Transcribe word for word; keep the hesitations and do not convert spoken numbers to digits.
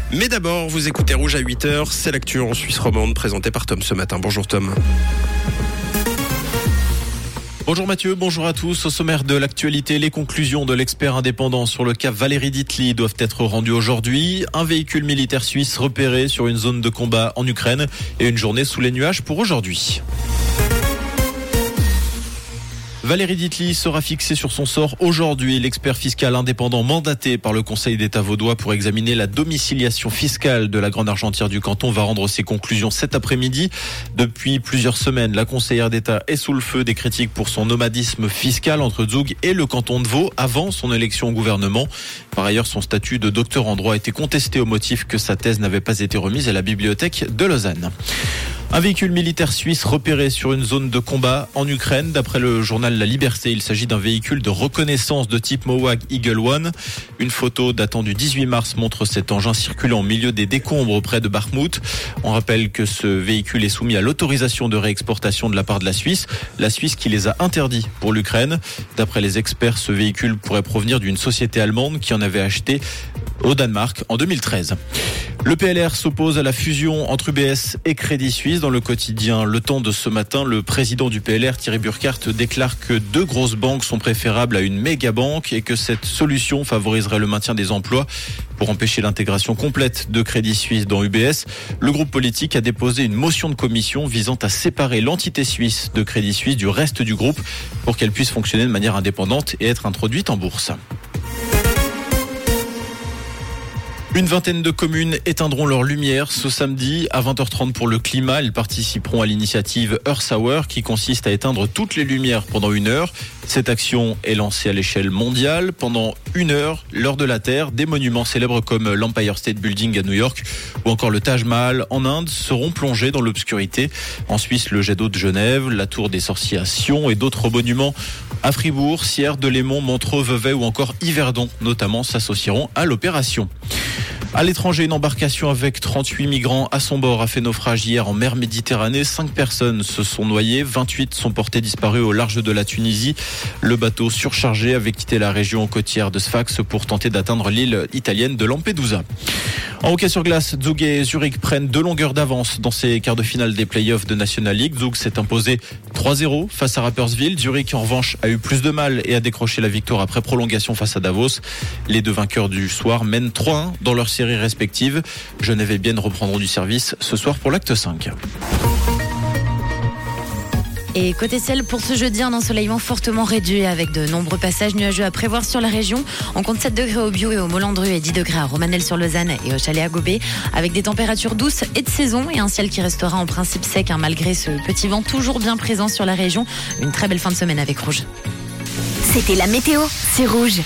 Mais d'abord, vous écoutez Rouge à huit heures, c'est l'actu en Suisse romande présentée par Tom ce matin. Bonjour Tom. Bonjour Mathieu, bonjour à tous. Au sommaire de l'actualité, les conclusions de l'expert indépendant sur le cas Valérie Ditli doivent être rendues aujourd'hui. Un véhicule militaire suisse repéré sur une zone de combat en Ukraine et une journée sous les nuages pour aujourd'hui. Valérie Ditli sera fixée sur son sort aujourd'hui. L'expert fiscal indépendant mandaté par le Conseil d'État vaudois pour examiner la domiciliation fiscale de la grande argentière du canton va rendre ses conclusions cet après-midi. Depuis plusieurs semaines, la conseillère d'État est sous le feu des critiques pour son nomadisme fiscal entre Zug et le canton de Vaud avant son élection au gouvernement. Par ailleurs, son statut de docteur en droit a été contesté au motif que sa thèse n'avait pas été remise à la bibliothèque de Lausanne. Un véhicule militaire suisse repéré sur une zone de combat en Ukraine. D'après le journal La Liberté, il s'agit d'un véhicule de reconnaissance de type Mowag Eagle One. Une photo datant du dix-huit mars montre cet engin circulant au milieu des décombres près de Bakhmout. On rappelle que ce véhicule est soumis à l'autorisation de réexportation de la part de la Suisse. La Suisse qui les a interdits pour l'Ukraine. D'après les experts, ce véhicule pourrait provenir d'une société allemande qui en avait acheté au Danemark en deux mille treize. Le P L R s'oppose à la fusion entre U B S et Crédit Suisse. Dans le quotidien Le Temps de ce matin, le président du P L R, Thierry Burkhardt, déclare que deux grosses banques sont préférables à une méga banque et que cette solution favoriserait le maintien des emplois. Pour empêcher l'intégration complète de Crédit Suisse dans U B S, le groupe politique a déposé une motion de commission visant à séparer l'entité suisse de Crédit Suisse du reste du groupe pour qu'elle puisse fonctionner de manière indépendante et être introduite en bourse. Une vingtaine de communes éteindront leur lumière ce samedi à vingt heures trente pour le climat. Elles participeront à l'initiative Earth Hour qui consiste à éteindre toutes les lumières pendant une heure. Cette action est lancée à l'échelle mondiale. Pendant une heure, l'heure de la Terre, des monuments célèbres comme l'Empire State Building à New York ou encore le Taj Mahal en Inde seront plongés dans l'obscurité. En Suisse, le jet d'eau de Genève, la tour des sorciers à Sion et d'autres monuments à Fribourg, Sierre, Delémont, Montreux, Vevey ou encore Yverdon notamment s'associeront à l'opération. À l'étranger, une embarcation avec trente-huit migrants à son bord a fait naufrage hier en mer Méditerranée. Cinq personnes se sont noyées, vingt-huit sont portées disparues au large de la Tunisie. Le bateau surchargé avait quitté la région côtière de Sfax pour tenter d'atteindre l'île italienne de Lampedusa. En hockey sur glace, Zug et Zurich prennent deux longueurs d'avance dans ces quarts de finale des playoffs de National League. Zug s'est imposé trois zéro face à Rapperswil. Zurich, en revanche, a eu plus de mal et a décroché la victoire après prolongation face à Davos. Les deux vainqueurs du soir mènent trois un dans leur série respectives. Genève et Bienne reprendront du service ce soir pour l'acte cinq. Et côté ciel, pour ce jeudi, un ensoleillement fortement réduit avec de nombreux passages nuageux à prévoir sur la région. On compte sept degrés au Bio et au Molandru et dix degrés à Romanel-sur-Lausanne et au Chalet à Gobet, avec des températures douces et de saison et un ciel qui restera en principe sec hein, malgré ce petit vent toujours bien présent sur la région. Une très belle fin de semaine avec Rouge. C'était la météo, c'est Rouge.